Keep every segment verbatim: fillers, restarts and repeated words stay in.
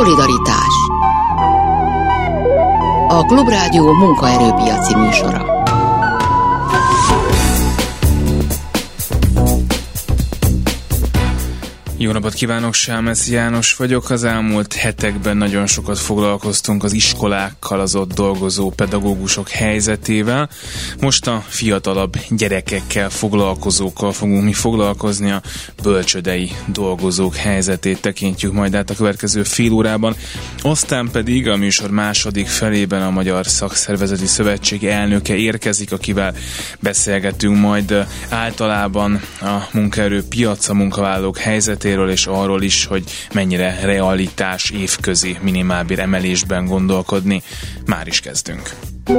Szolidaritás. A Klubrádió munkaerőpiaci műsora. Jó napot kívánok, Sámesz János vagyok. Az elmúlt hetekben nagyon sokat foglalkoztunk az iskolákkal, az ott dolgozó pedagógusok helyzetével. Most a fiatalabb gyerekekkel, foglalkozókkal fogunk mi foglalkozni, a bölcsődei dolgozók helyzetét tekintjük majd át a következő fél órában. Aztán pedig a műsor második felében a Magyar Szakszervezeti Szövetség elnöke érkezik, akivel beszélgetünk majd általában a munkaerőpiac, a munkavállalók helyzetéről, és arról is, hogy mennyire realitás évközi minimálbér emelésben gondolkodni. Már is kezdünk.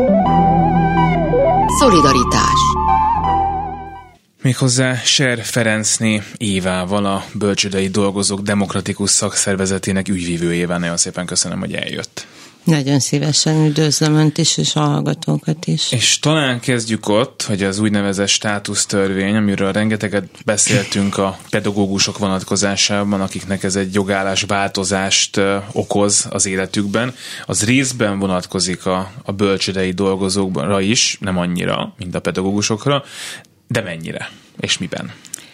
Szolidaritás. Méghozzá Ser Ferencné Évával, a bölcsődei dolgozók demokratikus szakszervezetének ügyvívőjével. Nagyon szépen köszönöm, hogy eljött. Nagyon szívesen üdvözlöm Önt is, és a hallgatókat is. És talán kezdjük ott, hogy az úgynevezett státusztörvény, amiről rengeteget beszéltünk a pedagógusok vonatkozásában, akiknek ez egy jogállás változást okoz az életükben, az részben vonatkozik a, a bölcsődei dolgozókra is, nem annyira, mint a pedagógusokra, de mennyire és miben?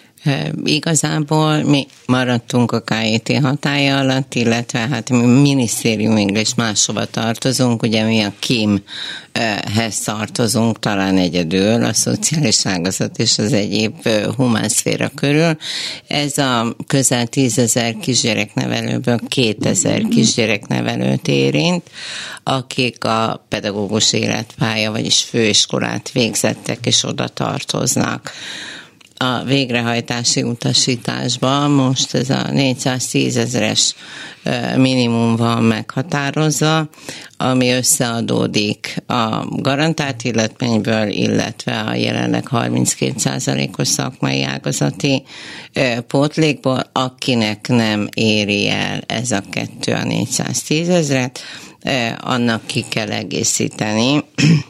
Igazából mi maradtunk a ká é té hatálya alatt, illetve hát mi minisztériumig is máshova tartozunk, ugye mi a KIM-hez tartozunk talán egyedül, a szociális ágazat és az egyéb humán szféra körül. Ez a közel tízezer kisgyereknevelőből kétezer kisgyereknevelőt érint, akik a pedagógus életpálya, vagyis főiskolát végzettek és oda tartoznak. A végrehajtási utasításban most ez a négyszáztízezeres minimum van meghatározva, ami összeadódik a garantált illetményből, illetve a jelenleg harminckét százalékos szakmai ágazati pótlékból, akinek nem éri el ez a kettő a négyszáztízezret, annak ki kell egészíteni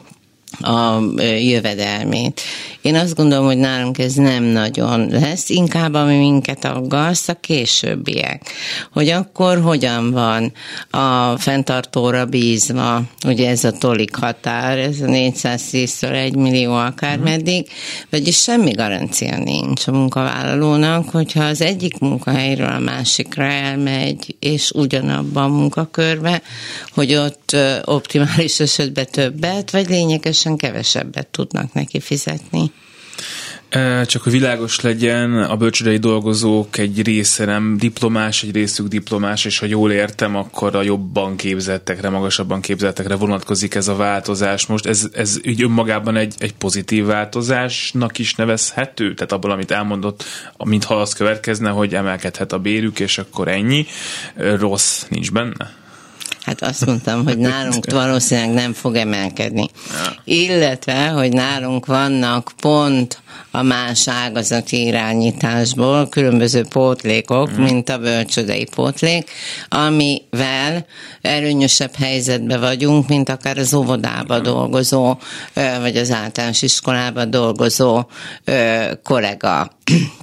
a jövedelmét. Én azt gondolom, hogy nálunk ez nem nagyon lesz, inkább ami minket aggaszt, a későbbiek. Hogy akkor hogyan van a fenntartóra bízva, ugye ez a tolik határ, ez a négyszáztíztől egy millió akármeddig, vagyis semmi garancia nincs a munkavállalónak, hogyha az egyik munkahelyről a másikra elmegy, és ugyanabban a munkakörbe, hogy ott optimális esetben többet, vagy lényegesen kevesebbet tudnak neki fizetni. Csak hogy világos legyen, a bölcsődei dolgozók egy része nem diplomás, egy részük diplomás, és ha jól értem, akkor a jobban képzettekre, magasabban képzettekre vonatkozik ez a változás. Most ez, ez így önmagában egy, egy pozitív változásnak is nevezhető? Tehát abból, amit elmondott, mintha az következne, hogy emelkedhet a bérük, és akkor ennyi. Rossz nincs benne? Hát azt mondtam, hogy nálunk valószínűleg nem fog emelkedni. Illetve, hogy nálunk vannak pont a más ágazati irányításból különböző pótlékok, mm. mint a bölcsődei pótlék, amivel előnyösebb helyzetben vagyunk, mint akár az óvodába dolgozó, vagy az általános iskolába dolgozó kollega.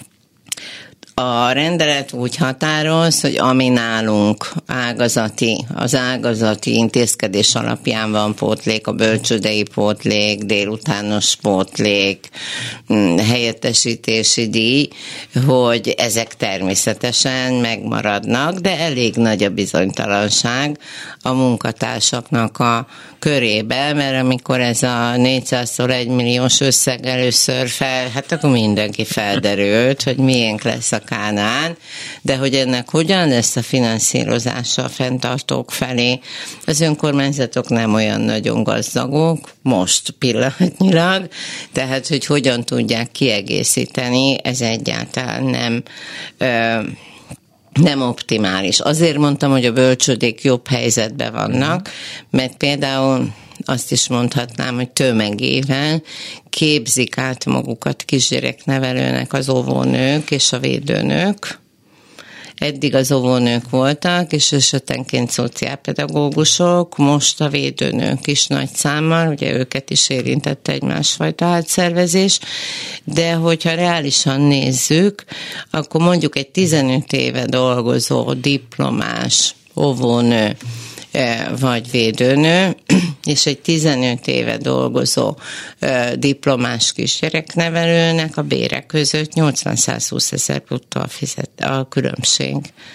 A rendelet úgy határoz, hogy ami nálunk ágazati, az ágazati intézkedés alapján van pótlék, a bölcsődei pótlék, délutános pótlék, helyettesítési díj, hogy ezek természetesen megmaradnak, de elég nagy a bizonytalanság a munkatársaknak a körébe, mert amikor ez a négyszáztól egy milliós összeg először fel, hát akkor mindenki felderült, hogy milyen lesz a Kánaán, de hogy ennek hogyan lesz a finanszírozása a fenntartók felé, az önkormányzatok nem olyan nagyon gazdagok, most pillanatnyilag, tehát hogy hogyan tudják kiegészíteni, ez egyáltalán nem ö, nem optimális. Azért mondtam, hogy a bölcsődék jobb helyzetben vannak, mert például azt is mondhatnám, hogy tömegével képzik át magukat kisgyereknevelőnek az óvónők és a védőnők. Eddig az óvónők voltak, és esetenként szociálpedagógusok, most a védőnők is nagy számmal, ugye őket is érintette egy másfajta átszervezés, de hogyha reálisan nézzük, akkor mondjuk egy tizenöt éve dolgozó diplomás óvónő vagy védőnő, és egy tizenöt éve dolgozó diplomás kisgyereknevelőnek a bérek között nyolcvan-százhúsz ezer bruttó a, fizet, a különbség.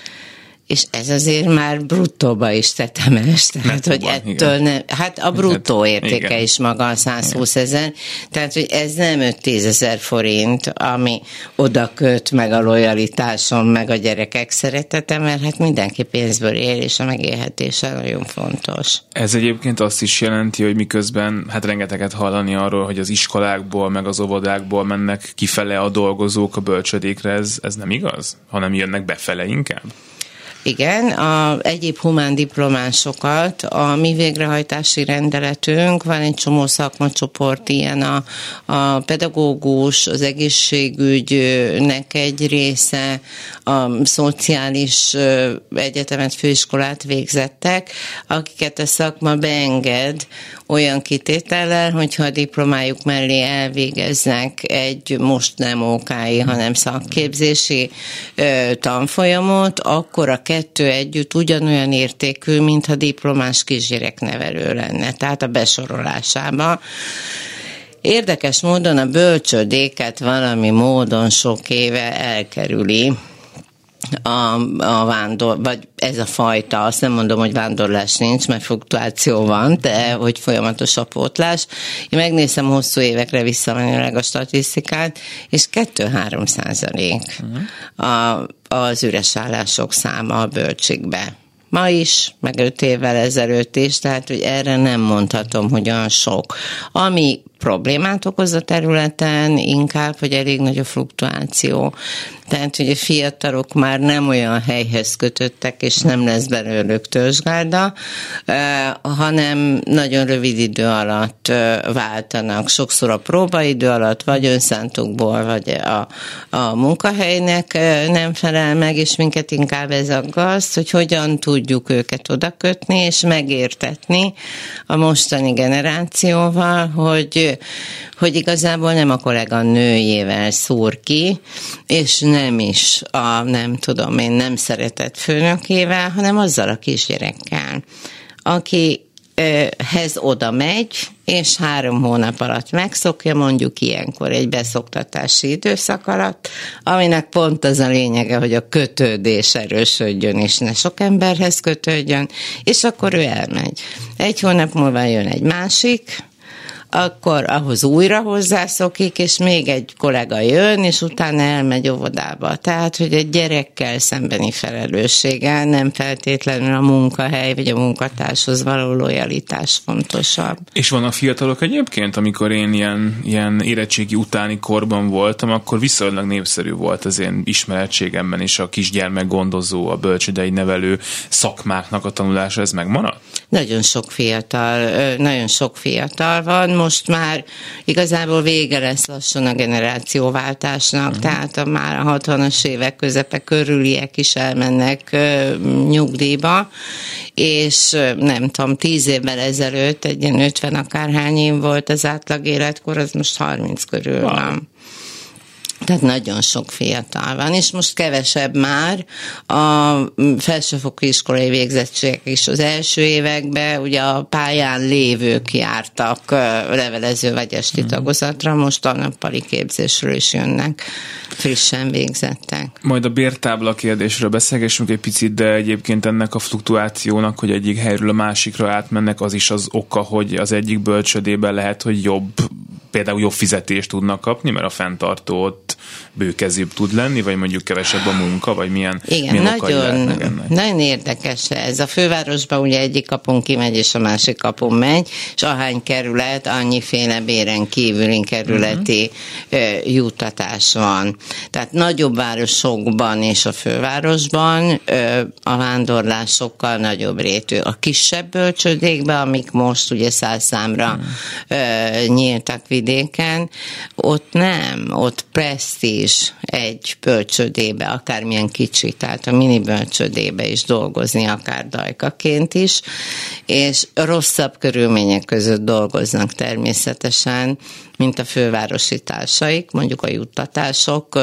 És ez azért már bruttóba is tetemes, tehát hogy ettől nem, hát a bruttó értéke igen. is maga a százhúsz ezer, tehát hogy ez nem öt-tíz ezer forint, ami oda köt meg a lojalitásom, meg a gyerekek szeretete, mert hát mindenki pénzből él, és a megélhetése nagyon fontos. Ez egyébként azt is jelenti, hogy miközben hát rengeteget hallani arról, hogy az iskolákból, meg az óvodákból mennek kifele a dolgozók a bölcsödékre, ez, ez nem igaz? Hanem jönnek befele inkább? Igen, a egyéb humán diplomásokat, a mi végrehajtási rendeletünk, van egy csomó szakmacsoport, ilyen a, a pedagógus, az egészségügynek egy része, a szociális egyetemet, főiskolát végzettek, akiket a szakma beenged olyan kitétellel, hogyha a diplomájuk mellé elvégeznek egy most nem ókái, hanem szakképzési ö, tanfolyamot, akkor a kettő együtt ugyanolyan értékű, mintha diplomás kisgyereknevelő lenne, tehát a besorolásába. Érdekes módon a bölcsődéket valami módon sok éve elkerüli a, a vándor, vagy ez a fajta, azt nem mondom, hogy vándorlás nincs, mert fluktuáció van, de hogy folyamatos a pótlás. Én megnézem hosszú évekre visszamenőleg a statisztikát, és kettő-három százalék a, az üres állások száma a bölcsikbe. Ma is, meg öt évvel ezelőtt is, tehát hogy erre nem mondhatom, hogy olyan sok. Ami problémát okoz a területen, inkább, hogy elég nagy a fluktuáció. Tehát, hogy a fiatalok már nem olyan helyhez kötöttek, és nem lesz belőlük törzsgárda, hanem nagyon rövid idő alatt váltanak. Sokszor a próbaidő alatt, vagy önszántokból, vagy a, a munkahelynek nem felel meg, és minket inkább ez aggaszt, hogy hogyan tudjuk őket odakötni, és megértetni a mostani generációval, hogy hogy igazából nem a kollega nőjével szúr ki, és nem is a, nem tudom én, nem szeretett főnökével, hanem azzal a kisgyerekkel, akihez oda megy, és három hónap alatt megszokja, mondjuk ilyenkor egy beszoktatási időszak alatt, aminek pont az a lényege, hogy a kötődés erősödjön, és ne sok emberhez kötődjön, és akkor ő elmegy. Egy hónap múlva jön egy másik, akkor ahhoz újra hozzászokik, és még egy kollega jön, és utána elmegy óvodába. Tehát, hogy egy gyerekkel szembeni felelősséggel nem feltétlenül a munkahely, vagy a munkatárshoz való lojalitás fontosabb. És vannak fiatalok egyébként, amikor én ilyen, ilyen érettségi utáni korban voltam, akkor viszonylag népszerű volt az én ismeretségemben is a kisgyermek gondozó, a bölcsődei nevelő szakmáknak a tanulása, ez megmaradt? Nagyon sok fiatal, nagyon sok fiatal van, most már igazából vége lesz lassan a generációváltásnak, uh-huh. tehát a már a hatvanas évek közepe körüliek is elmennek uh, nyugdíjba, és uh, nem tudom, tíz évvel ezelőtt egy ilyen ötven akárhány év volt az átlag életkor, az most harminc körül wow. van. Tehát nagyon sok fiatal van, és most kevesebb már a felsőfokú iskolai végzettségek is az első években, ugye a pályán lévők jártak levelező vagy esti tagozatra, most a nappali képzésről is jönnek frissen végzettek. Majd a bértábla kérdésről beszélgessünk egy picit, de egyébként ennek a fluktuációnak, hogy egyik helyről a másikra átmennek, az is az oka, hogy az egyik bölcsödében lehet, hogy jobb, például jobb fizetést tudnak kapni, mert a fenntartó ott bőkezűbb tud lenni, vagy mondjuk kevesebb a munka, vagy milyen, igen, milyen okai lehetnek ennek? Nagyon érdekes ez. A fővárosban ugye egyik kapun kimegy, és a másik kapun megy, és ahány kerület, annyiféle béren kívüli kerületi uh-huh. juttatás van. Tehát nagyobb városokban és a fővárosban a vándorlás sokkal nagyobb rétű. A kisebb bölcsődékben, amik most ugye száz számra uh-huh. nyíltak vidéken, ott nem, ott presztízs egy bölcsődébe, akármilyen kicsi, tehát a mini bölcsődébe is dolgozni, akár dajkaként is, és rosszabb körülmények között dolgoznak természetesen, mint a fővárosi társaik, mondjuk a juttatások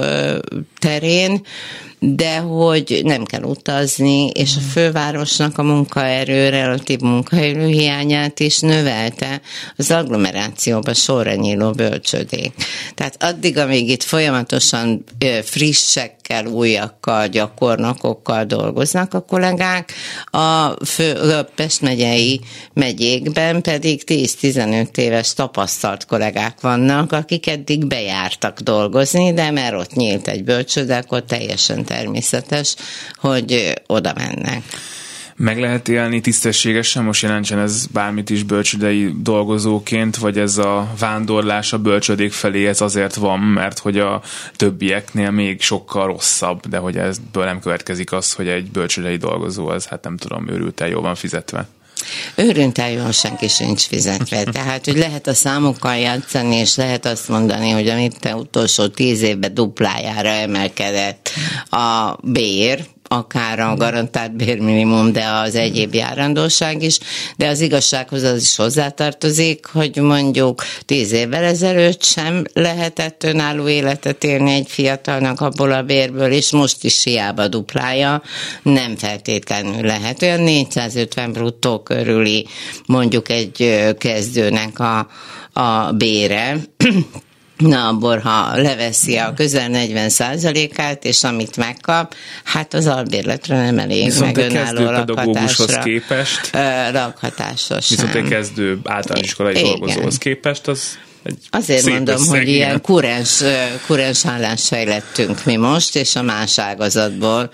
terén, de hogy nem kell utazni, és a fővárosnak a munkaerő, relatív munkaerő hiányát is növelte az agglomerációba sorra nyíló bölcsödék. Tehát addig, amíg itt folyamatosan frissekkel, újakkal, gyakornokokkal dolgoznak a kollégák, a, fő, a Pest megyei megyékben pedig tíz-tizenöt éves tapasztalt kollégák vannak, akik eddig bejártak dolgozni, de mert ott nyílt egy bölcsöde, akkor teljesen természetes, hogy oda mennek. Meg lehet élni tisztességesen, most jelentsen ez bármit is bölcsödei dolgozóként, vagy ez a vándorlás a bölcsödék felé, ez azért van, mert hogy a többieknél még sokkal rosszabb, de hogy ebből nem következik az, hogy egy bölcsödei dolgozó az, hát nem tudom, őrülten jól van fizetve. Őrülten jól senki sincs fizetve. Tehát, hogy lehet a számokkal játszani, és lehet azt mondani, hogy amit te utolsó tíz évben duplájára emelkedett a bér, akár a garantált bérminimum, de az egyéb járandóság is, de az igazsághoz az is hozzátartozik, hogy mondjuk tíz évvel ezelőtt sem lehetett önálló életet élni egy fiatalnak abból a bérből, és most is hiába duplája, nem feltétlenül lehet. Olyan négyszázötven bruttó körüli mondjuk egy kezdőnek a, a bére, na, abból, ha leveszi a közel negyven százalékát, és amit megkap, hát az albérletre nem elég, viszont meg önálló lakhatásra. képest, lakhatásra sem. Viszont egy kezdő általános iskolai dolgozóhoz képest, az egy azért mondom, összeg, hogy ilyen kurens, kurens állásfejlettünk mi most, és a más ágazatból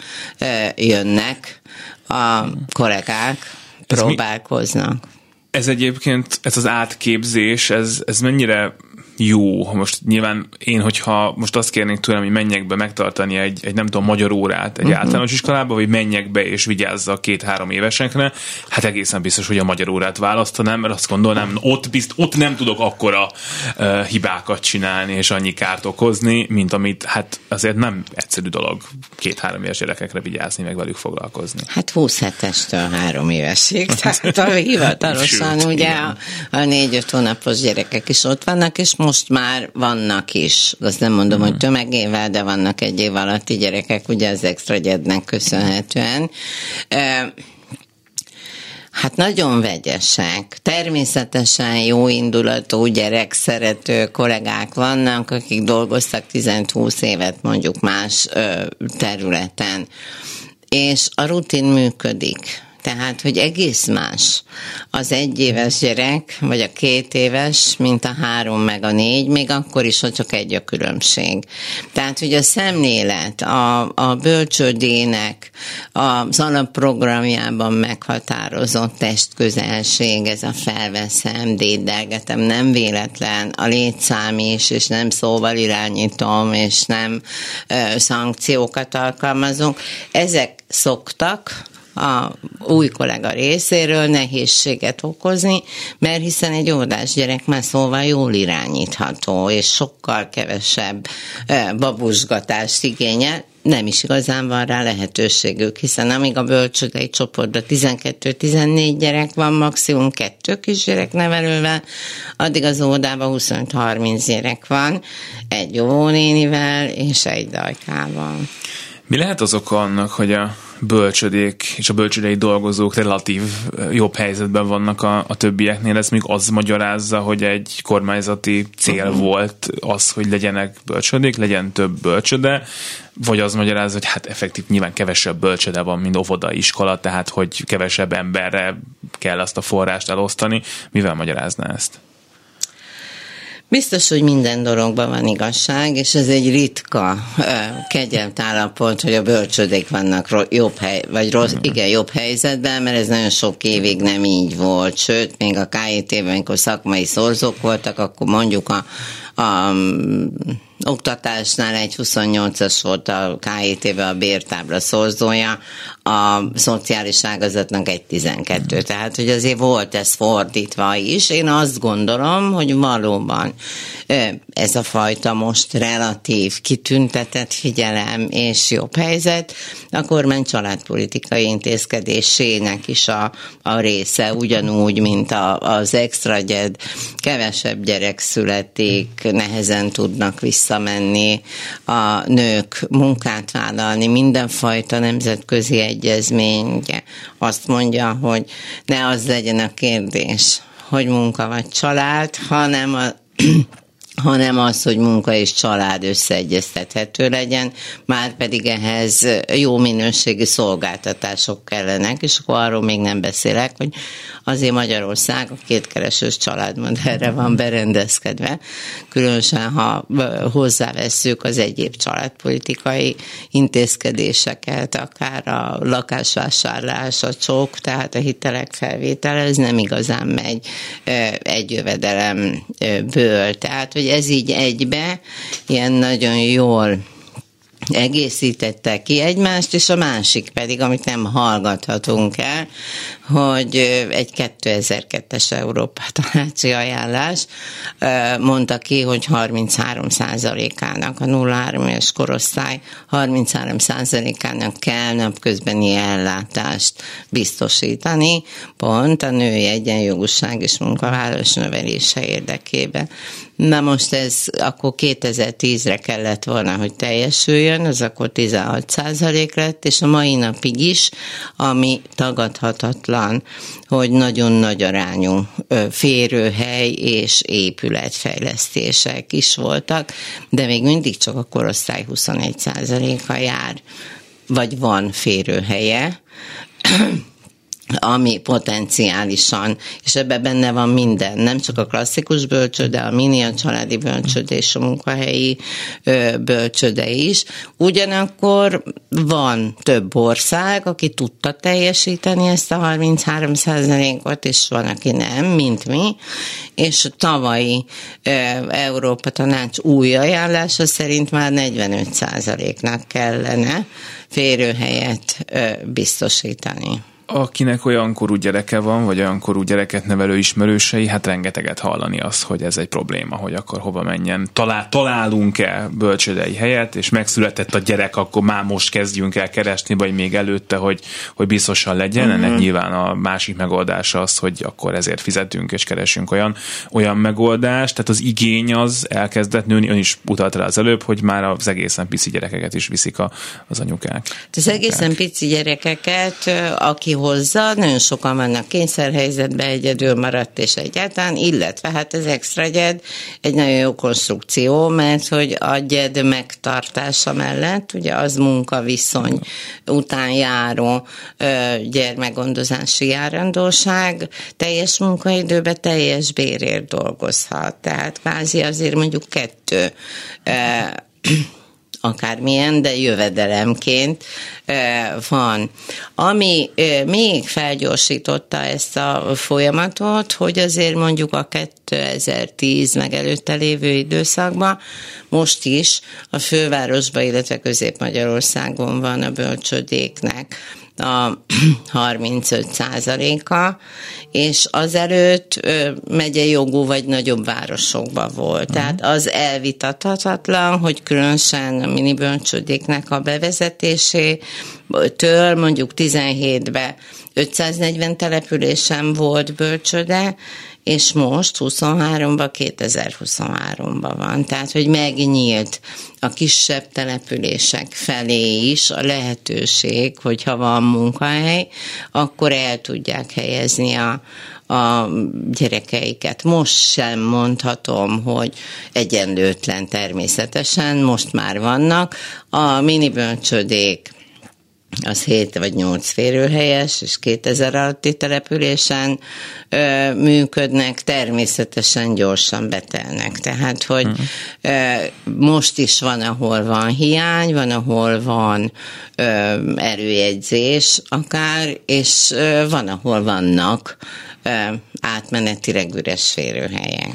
jönnek a kollégák, próbálkoznak. Ez, mi, ez egyébként, ez az átképzés, ez, ez mennyire jó? Most nyilván én, hogyha most azt kérnék tőlem, hogy menjek be megtartani egy, egy nem tudom, magyar órát egy uh-huh. általános iskolába, vagy menjek be és vigyázza a két-három évesekre, hát egészen biztos, hogy a magyar órát választanám, mert azt gondolnám, ott, bizt, ott nem tudok akkora uh, hibákat csinálni, és annyi kárt okozni, mint amit, hát azért nem egyszerű dolog két-három éves gyerekekre vigyázni, meg velük foglalkozni. Hát húsz hetestől három évesig, tehát a hivatalosan Sőt, ugye a, a négy-öt hónapos gyerekek is ott vannak, és most már vannak is, azt nem mondom, hmm. hogy tömegével, de vannak egy év alatti gyerekek, ugye az extra gyednek köszönhetően. Hát nagyon vegyesek. Természetesen jó indulatú, gyerekszerető kollégák vannak, akik dolgoztak tíz-húsz évet mondjuk más területen. És a rutin működik. Tehát, hogy egész más az egyéves gyerek, vagy a két éves, mint a három meg a négy, még akkor is, hogy csak egy a különbség. Tehát, hogy a szemlélet, a, a bölcsődének az alapprogramjában meghatározott testközelség, ez a felveszem, dédelgetem, nem véletlen, a létszám is, és nem szóval irányítom, és nem ö, szankciókat alkalmazunk. Ezek szoktak a új kollega részéről nehézséget okozni, mert hiszen egy óvodás gyerek már szóval jól irányítható, és sokkal kevesebb babusgatást igényel, nem is igazán van rá lehetőségük, hiszen amíg a bölcsődei csoportban tizenkettő-tizennégy gyerek van, maximum kettő kisgyereknevelővel, addig az óvodában huszonöt-harminc gyerek van, egy óvónénivel és egy dajkával. Mi lehet az oka annak, hogy a bölcsödék és a bölcsödei dolgozók relatív jobb helyzetben vannak a, a többieknél? Ez még az magyarázza, hogy egy kormányzati cél uh-huh. volt az, hogy legyenek bölcsödék, legyen több bölcsöde, vagy az magyarázza, hogy hát effektív nyilván kevesebb bölcsöde van, mint óvoda, iskola, tehát hogy kevesebb emberre kell azt a forrást elosztani. Mivel magyarázná ezt? Biztos, hogy minden dologban van igazság, és ez egy ritka kegyelt állapot, hogy a bölcsődék vannak jobb hely, vagy rossz, igen, jobb helyzetben, mert ez nagyon sok évig nem így volt. Sőt, még a ká é té-ben, amikor szakmai szorzók voltak, akkor mondjuk a, a oktatásnál egy huszonnyolcas volt a ká é té-ben a bértábla szorzója, a szociális ágazatnak egy tizenkettő. Tehát, hogy azért volt ez fordítva is. Én azt gondolom, hogy valóban ez a fajta most relatív kitüntetett figyelem és jobb helyzet a kormány családpolitikai intézkedésének is a, a része, ugyanúgy, mint a, az extragyed, kevesebb gyerek születik, nehezen tudnak visszamenni a nők munkát vállalni, mindenfajta nemzetközi egyezmény azt mondja, hogy ne az legyen a kérdés, hogy munka vagy család, hanem a hanem az, hogy munka és család összeegyeztethető legyen, már pedig ehhez jó minőségű szolgáltatások kellenek, és akkor arról még nem beszélek, hogy azért Magyarország a kétkeresős családmodellre van berendezkedve, különösen ha hozzávesszük az egyéb családpolitikai intézkedéseket, akár a lakásvásárlás, a csók, tehát a hitelek felvétele, ez nem igazán megy egy jövedelemből, tehát hogy ez így egybe ilyen nagyon jól egészítette ki egymást, és a másik pedig, amit nem hallgathatunk el, hogy egy kétezer-kettes Európa tanácsi ajánlás mondta ki, hogy harminchárom százalékának a nulla három éves korosztály harminchárom százalékának kell napközbeni ellátást biztosítani, pont a női egyenjogúság és munkavállalás növelése érdekében. Na most ez akkor kétezer-tízre kellett volna, hogy teljesüljön, az akkor tizenhat százalék lett, és a mai napig is, ami tagadhatatlan, hogy nagyon nagy arányú férőhely és épületfejlesztések is voltak, de még mindig csak a korosztály huszonegy százaléka jár, vagy van férőhelye, ami potenciálisan, és ebben benne van minden, nem csak a klasszikus bölcsőde, a mini, a családi bölcsőde és a munkahelyi ö, bölcsőde is. Ugyanakkor van több ország, aki tudta teljesíteni ezt a harminchárom százalékot, és van, aki nem, mint mi, és a tavalyi ö, Európa Tanács új ajánlása szerint már negyvenöt százaléknak kellene férőhelyet ö, biztosítani. Akinek olyan korú gyereke van, vagy olyan korú gyereket nevelő ismerősei, hát rengeteget hallani azt, hogy ez egy probléma, hogy akkor hova menjen. Talál, találunk-e bölcsődei helyet, és megszületett a gyerek, akkor már most kezdjünk el keresni, vagy még előtte, hogy, hogy biztosan legyen. Uh-huh. Ennek nyilván a másik megoldása az, hogy akkor ezért fizetünk, és keresünk olyan, olyan megoldást. Tehát az igény az elkezdett nőni, ön is utalt rá az előbb, hogy már az egészen pici gyerekeket is viszik a, az anyukák. Az egészen pici gyerekeket, aki hozza, nagyon sokan vannak kényszerhelyzetben, egyedül maradt és egyáltalán, illetve hát az extragyed egy nagyon jó konstrukció, mert hogy a gyed megtartása mellett, ugye az munkaviszony után járó ö, gyermekgondozási járandóság, teljes munkaidőben teljes bérért dolgozhat, tehát kvázi azért mondjuk kettő ö, akármilyen, de jövedelemként van. Ami még felgyorsította ezt a folyamatot, hogy azért mondjuk a kétezer-tíz meg előtte lévő időszakban most is a fővárosban, illetve Közép-Magyarországon van a bölcsődéknek a harmincöt százaléka, és azelőtt megyei jogú vagy nagyobb városokban volt. Uh-huh. Tehát az elvitathatatlan, hogy különösen a mini bölcsődéknek a bevezetésétől mondjuk tizenhétben ötszáznegyven településen volt bölcsőde, és most huszonháromban, kétezer-huszonháromban van. Tehát, hogy megnyílt a kisebb települések felé is a lehetőség, hogyha van munkahely, akkor el tudják helyezni a, a gyerekeiket. Most sem mondhatom, hogy egyenlőtlen természetesen, most már vannak. A mini bölcsődék az hét vagy nyolc férőhelyes, és kétezer alatti településen ö, működnek, természetesen gyorsan betelnek. Tehát, hogy ö, most is van, ahol van hiány, van, ahol van ö, erőjegyzés akár, és ö, van, ahol vannak ö, átmenetileg üres férőhelyek.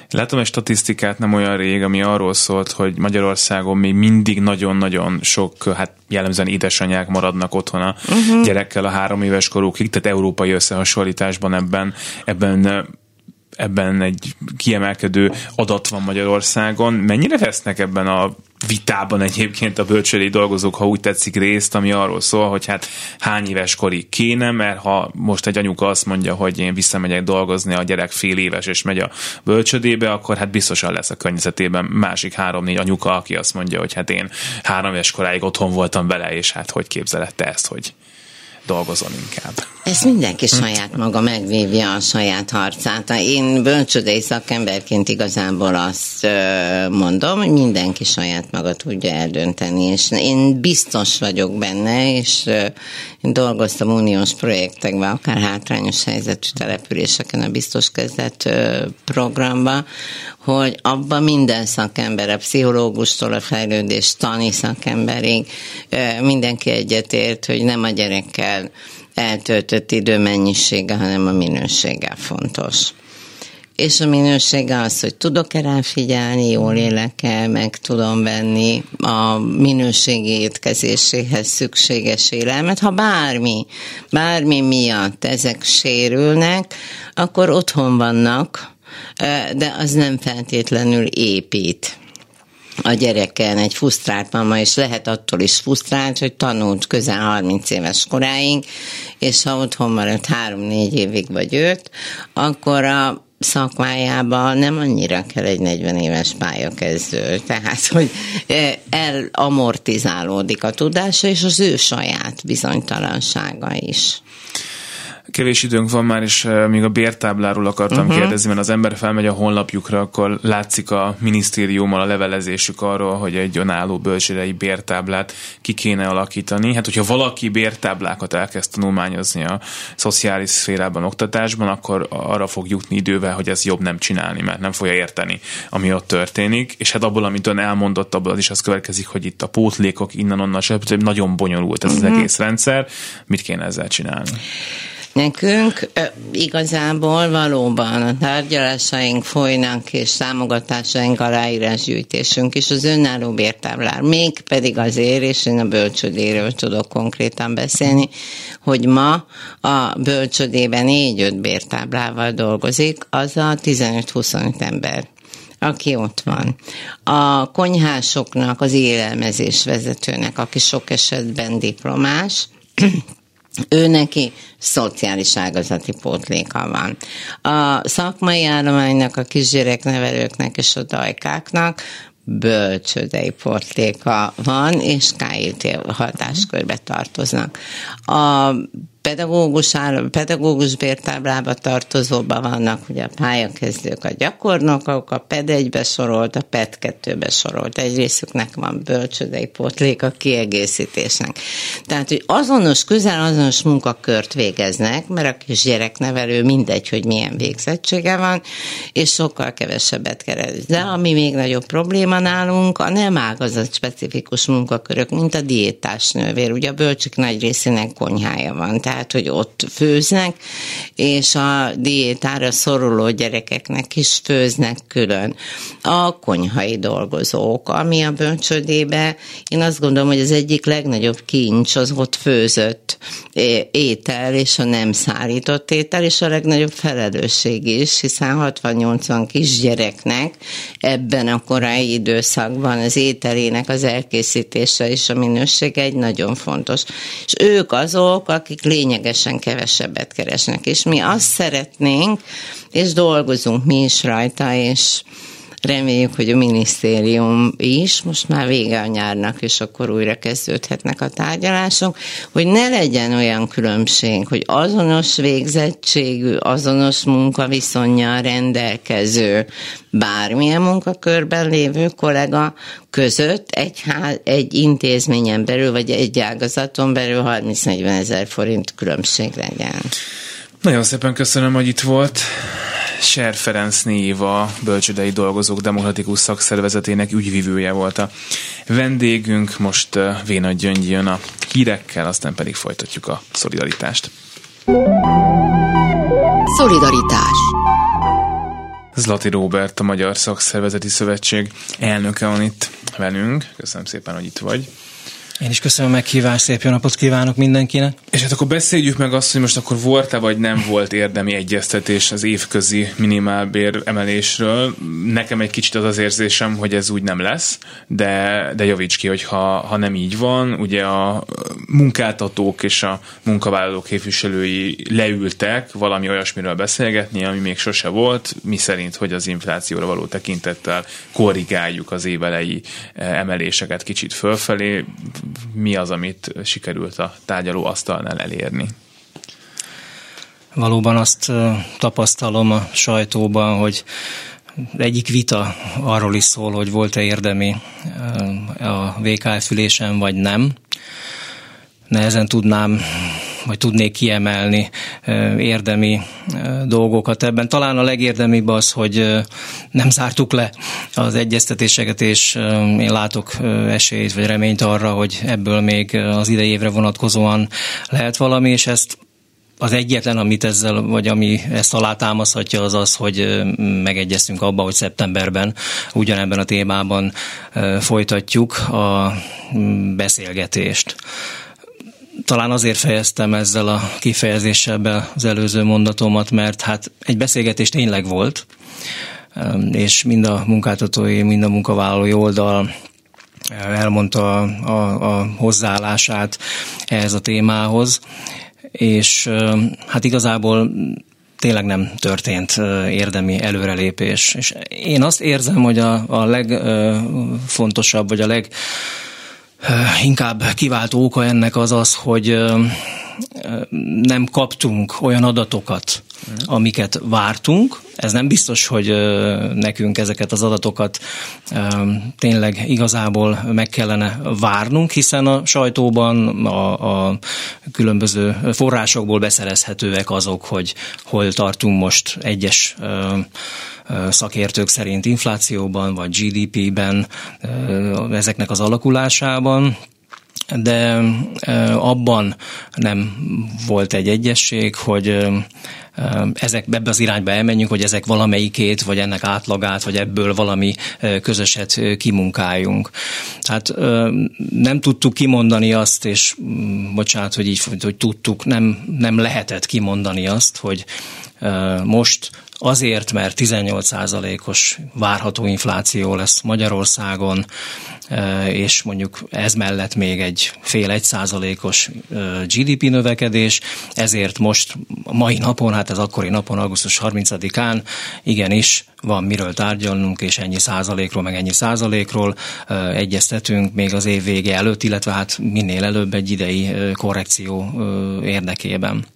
Látom egy statisztikát nem olyan rég, ami arról szólt, hogy Magyarországon még mindig nagyon-nagyon sok, hát jellemzően édesanyák maradnak otthon a uh-huh. gyerekkel a három éves korukig, tehát európai összehasonlításban ebben, ebben ebben egy kiemelkedő adat van Magyarországon. Mennyire vesznek ebben a vitában egyébként a bölcsődei dolgozók, ha úgy tetszik, részt, ami arról szól, hogy hát hány éves korig kéne, mert ha most egy anyuka azt mondja, hogy én visszamegyek dolgozni, a gyerek fél éves és megy a bölcsödébe, akkor hát biztosan lesz a környezetében másik három-négy anyuka, aki azt mondja, hogy hát én három éves koráig otthon voltam vele, és hát hogy képzeled te ezt, hogy dolgozom inkább. Ezt mindenki saját maga megvívja a saját harcát. Én bölcsődei szakemberként igazából azt mondom, hogy mindenki saját maga tudja eldönteni, és én biztos vagyok benne, és én dolgoztam uniós projektekben, akár hátrányos helyzetű településeken a biztos kezdet programban, hogy abban minden szakember, a pszichológustól a fejlődés tani szakemberig mindenki egyetért, hogy nem a gyerekkel eltöltött idő mennyisége, hanem a minősége fontos. És a minősége az, hogy tudok-e rá figyelni, jól élek-e, meg tudom venni a minőségi étkezéséhez szükséges élelmet. Ha bármi, bármi miatt ezek sérülnek, akkor otthon vannak, de az nem feltétlenül épít a gyereken egy frusztrált mama, és lehet attól is frusztrált, hogy tanult közel harminc éves koráig, és ha otthon maradt három-négy évig vagy öt, akkor a szakmájában nem annyira kell egy negyven éves pályakezdő, tehát, hogy elamortizálódik a tudása, és az ő saját bizonytalansága is. Kevés időnk van már, és még a bértábláról akartam uh-huh. kérdezni, mert az ember felmegy a honlapjukra, akkor látszik a minisztériummal a levelezésük arról, hogy egy önálló bölcsődei bértáblát ki kéne alakítani. Hát, hogyha valaki bértáblákat elkezd tanulmányozni a szociális szférában, oktatásban, akkor arra fog jutni idővel, hogy ez jobb nem csinálni, mert nem fogja érteni, ami ott történik. És hát abból, amit ön elmondott, abból az is az következik, hogy itt a pótlékok innen-onnan, nagyon bonyolult ez uh-huh. az egész rendszer. Mit kéne ezzel csinálni? Nekünk igazából valóban a tárgyalásaink folynak, és támogatásaink, aláírásgyűjtésünk is az önálló bértáblár. Még pedig azért, és én a bölcsödéről tudok konkrétan beszélni, hogy ma a bölcsödében négy-öt bértáblával dolgozik, az a tizenöt-huszonöt ember, aki ott van. A konyhásoknak, az élelmezés vezetőnek, aki sok esetben diplomás, ő neki szociális ágazati pótléka van. A szakmai állománynak, a kisgyereknevelőknek és a dajkáknak bölcsődei pótléka van, és ká í té hatáskörbe tartoznak. A pedagógus, áll, pedagógus bértáblába tartozóban vannak ugye a pályakezdők, a gyakornokok, a ped egybe sorolt, a ped kettőbe sorolt. Egy részüknek van bölcsődei pótlék a kiegészítésnek. Tehát, hogy azonos, közel azonos munkakört végeznek, mert a kisgyereknevelő mindegy, hogy milyen végzettsége van, és sokkal kevesebbet keres. De ami még nagyobb probléma nálunk, a nem ágazat specifikus munkakörök, mint a diétás nővér. Ugye a bölcsök nagy részének konyhája van, tehát, hogy ott főznek, és a diétára szoruló gyerekeknek is főznek külön. A konyhai dolgozók, ami a bölcsődébe, én azt gondolom, hogy az egyik legnagyobb kincs az ott főzött étel, és a nem szárított étel, és a legnagyobb felelősség is, hiszen hatvan-nyolcvan kisgyereknek ebben a korai időszakban az ételének az elkészítése és a minősége egy nagyon fontos. És ők azok, akik lényegesen kevesebbet keresnek, és mi azt szeretnénk, és dolgozunk mi is rajta, és reméljük, hogy a minisztérium is, most már vége a nyárnak, és akkor újra kezdődhetnek a tárgyalások, hogy ne legyen olyan különbség, hogy azonos végzettségű, azonos munkaviszonnyal rendelkező bármilyen munkakörben lévő kollega között egy, ház, egy intézményen belül, vagy egy ágazaton belül harminc-negyven ezer forint különbség legyen. Nagyon szépen köszönöm, hogy itt volt. Ser Ferenc Éva, bölcsődei dolgozók demokratikus szakszervezetének ügyvivője volt a vendégünk. Most Véna Gyöngyi jön a hírekkel, aztán pedig folytatjuk a szolidaritást. Szolidaritás. Zlati Róbert, a Magyar Szakszervezeti Szövetség elnöke van itt velünk. Köszönöm szépen, hogy itt vagy. Én is köszönöm a meghívást, szép jó napot kívánok mindenkinek. És hát akkor beszéljük meg azt, hogy most akkor volt-e vagy nem volt érdemi egyeztetés az évközi minimálbér emelésről. Nekem egy kicsit az az érzésem, hogy ez úgy nem lesz, de, de javíts ki, hogy ha, ha nem így van, ugye a munkáltatók és a munkavállalók képviselői leültek valami olyasmiről beszélgetni, ami még sose volt, mi szerint, hogy az inflációra való tekintettel korrigáljuk az évelei emeléseket kicsit fölfelé. Mi az, amit sikerült a tárgyalóasztalnál elérni? Valóban azt tapasztalom a sajtóban, hogy egyik vita arról is szól, hogy volt-e érdemi a vé ká ef ülésen, vagy nem. Nehezen tudnám, vagy tudnék kiemelni érdemi dolgokat ebben. Talán a legérdemibb az, hogy nem zártuk le az egyeztetéseket, és én látok esélyt, vagy reményt arra, hogy ebből még az idei évre vonatkozóan lehet valami, és ezt az egyetlen, amit ezzel, vagy ami ezt alátámaszhatja, az az, hogy megegyeztünk abba, hogy szeptemberben ugyanebben a témában folytatjuk a beszélgetést. Talán azért fejeztem ezzel a kifejezéssel be az előző mondatomat, mert hát egy beszélgetés tényleg volt, és mind a munkáltatói, mind a munkavállalói oldal elmondta a, a, a hozzáállását ehhez a témához, és hát igazából tényleg nem történt érdemi előrelépés. És én azt érzem, hogy a, a legfontosabb, vagy a leg inkább kiváltó oka ennek az az, hogy nem kaptunk olyan adatokat, amiket vártunk. Ez nem biztos, hogy nekünk ezeket az adatokat tényleg igazából meg kellene várnunk, hiszen a sajtóban a, a különböző forrásokból beszerezhetőek azok, hogy hol tartunk most egyes szakértők szerint inflációban, vagy gé dé pében, ezeknek az alakulásában, de abban nem volt egy egyesség, hogy ezek, ebbe az irányba elmenjünk, hogy ezek valamelyikét, vagy ennek átlagát, vagy ebből valami közöset kimunkáljunk. Tehát nem tudtuk kimondani azt, és bocsánat, hogy így, hogy tudtuk, nem, nem lehetett kimondani azt, hogy most azért, mert tizennyolc százalékos várható infláció lesz Magyarországon, és mondjuk ez mellett még egy fél egy százalékos gé dé pé növekedés, ezért most a mai napon, hát ez akkori napon, augusztus harmincadikán igenis van miről tárgyalnunk, és ennyi százalékról, meg ennyi százalékról egyeztetünk még az év vége előtt, illetve hát minél előbb egy idei korrekció érdekében.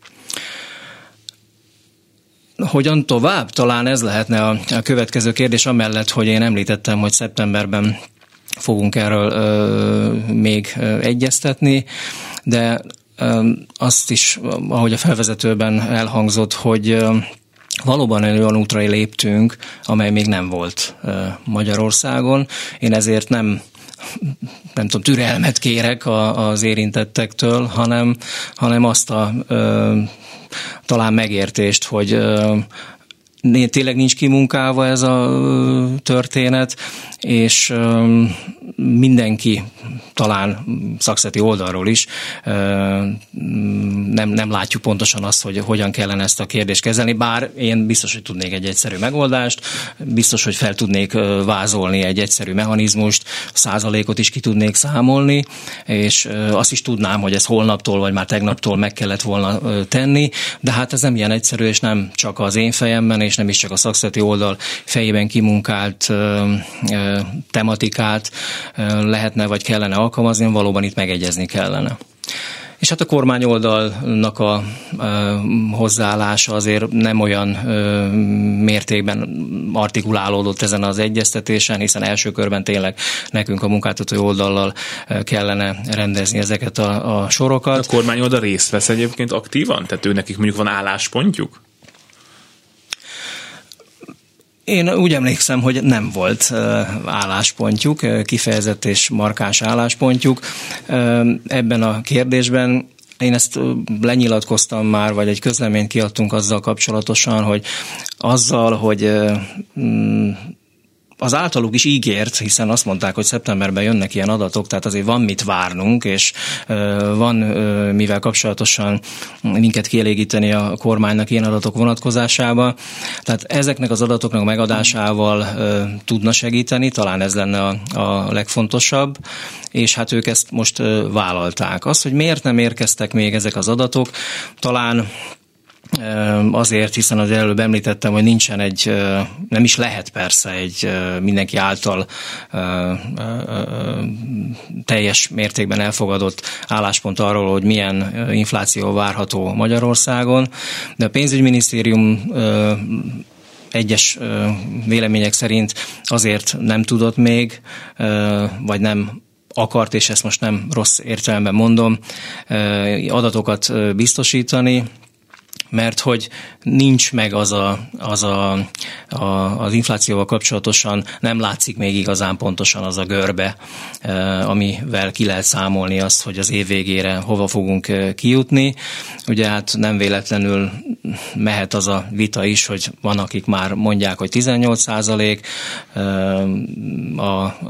Hogyan tovább? Talán ez lehetne a, a következő kérdés, amellett, hogy én említettem, hogy szeptemberben fogunk erről ö, még ö, egyeztetni, de ö, azt is, ahogy a felvezetőben elhangzott, hogy ö, valóban olyan útra léptünk, amely még nem volt ö, Magyarországon. Én ezért nem nem tudom, türelmet kérek a, az érintettektől, hanem, hanem azt a ö, talán megértést, hogy ö, tényleg nincs kimunkálva ez a történet, és ö, mindenki, talán szakszervezeti oldalról is ö, nem, nem látjuk pontosan azt, hogy hogyan kellene ezt a kérdést kezelni, bár én biztos, hogy tudnék egy egyszerű megoldást, biztos, hogy fel tudnék vázolni egy egyszerű mechanizmust, százalékot is ki tudnék számolni, és ö, azt is tudnám, hogy ez holnaptól, vagy már tegnaptól meg kellett volna ö, tenni, de hát ez nem ilyen egyszerű, és nem csak az én fejemben, és nem is csak a szakszervezeti oldal fejében kimunkált ö, ö, tematikát ö, lehetne vagy kellene alkalmazni, valóban itt megegyezni kellene. És hát a kormány oldalnak a ö, hozzáállása azért nem olyan ö, mértékben artikulálódott ezen az egyeztetésen, hiszen első körben tényleg nekünk a munkáltatói oldallal kellene rendezni ezeket a, a sorokat. A kormány oldal részt vesz egyébként aktívan? Tehát ő nekik mondjuk van álláspontjuk? Én úgy emlékszem, hogy nem volt álláspontjuk, kifejezett és markáns álláspontjuk ebben a kérdésben. én ezt lenyilatkoztam már, vagy egy közleményt kiadtunk azzal kapcsolatosan, hogy azzal, hogy az általuk is ígért, hiszen azt mondták, hogy szeptemberben jönnek ilyen adatok, tehát azért van mit várnunk, és van mivel kapcsolatosan minket kielégíteni a kormánynak ilyen adatok vonatkozásában. Tehát ezeknek az adatoknak megadásával tudna segíteni, talán ez lenne a, a legfontosabb, és hát ők ezt most vállalták. Az, hogy miért nem érkeztek még ezek az adatok, talán azért, hiszen az előbb említettem, hogy nincsen egy, nem is lehet persze egy mindenki által teljes mértékben elfogadott álláspont arról, hogy milyen infláció várható Magyarországon, de a pénzügyminisztérium egyes vélemények szerint azért nem tudott még, vagy nem akart, és ezt most nem rossz értelemben mondom, adatokat biztosítani, mert hogy nincs meg az, a, az, a, a, az inflációval kapcsolatosan, nem látszik még igazán pontosan az a görbe, amivel ki lehet számolni azt, hogy az év végére hova fogunk kijutni. Ugye hát nem véletlenül mehet az a vita is, hogy van, akik már mondják, hogy tizennyolc százalék, a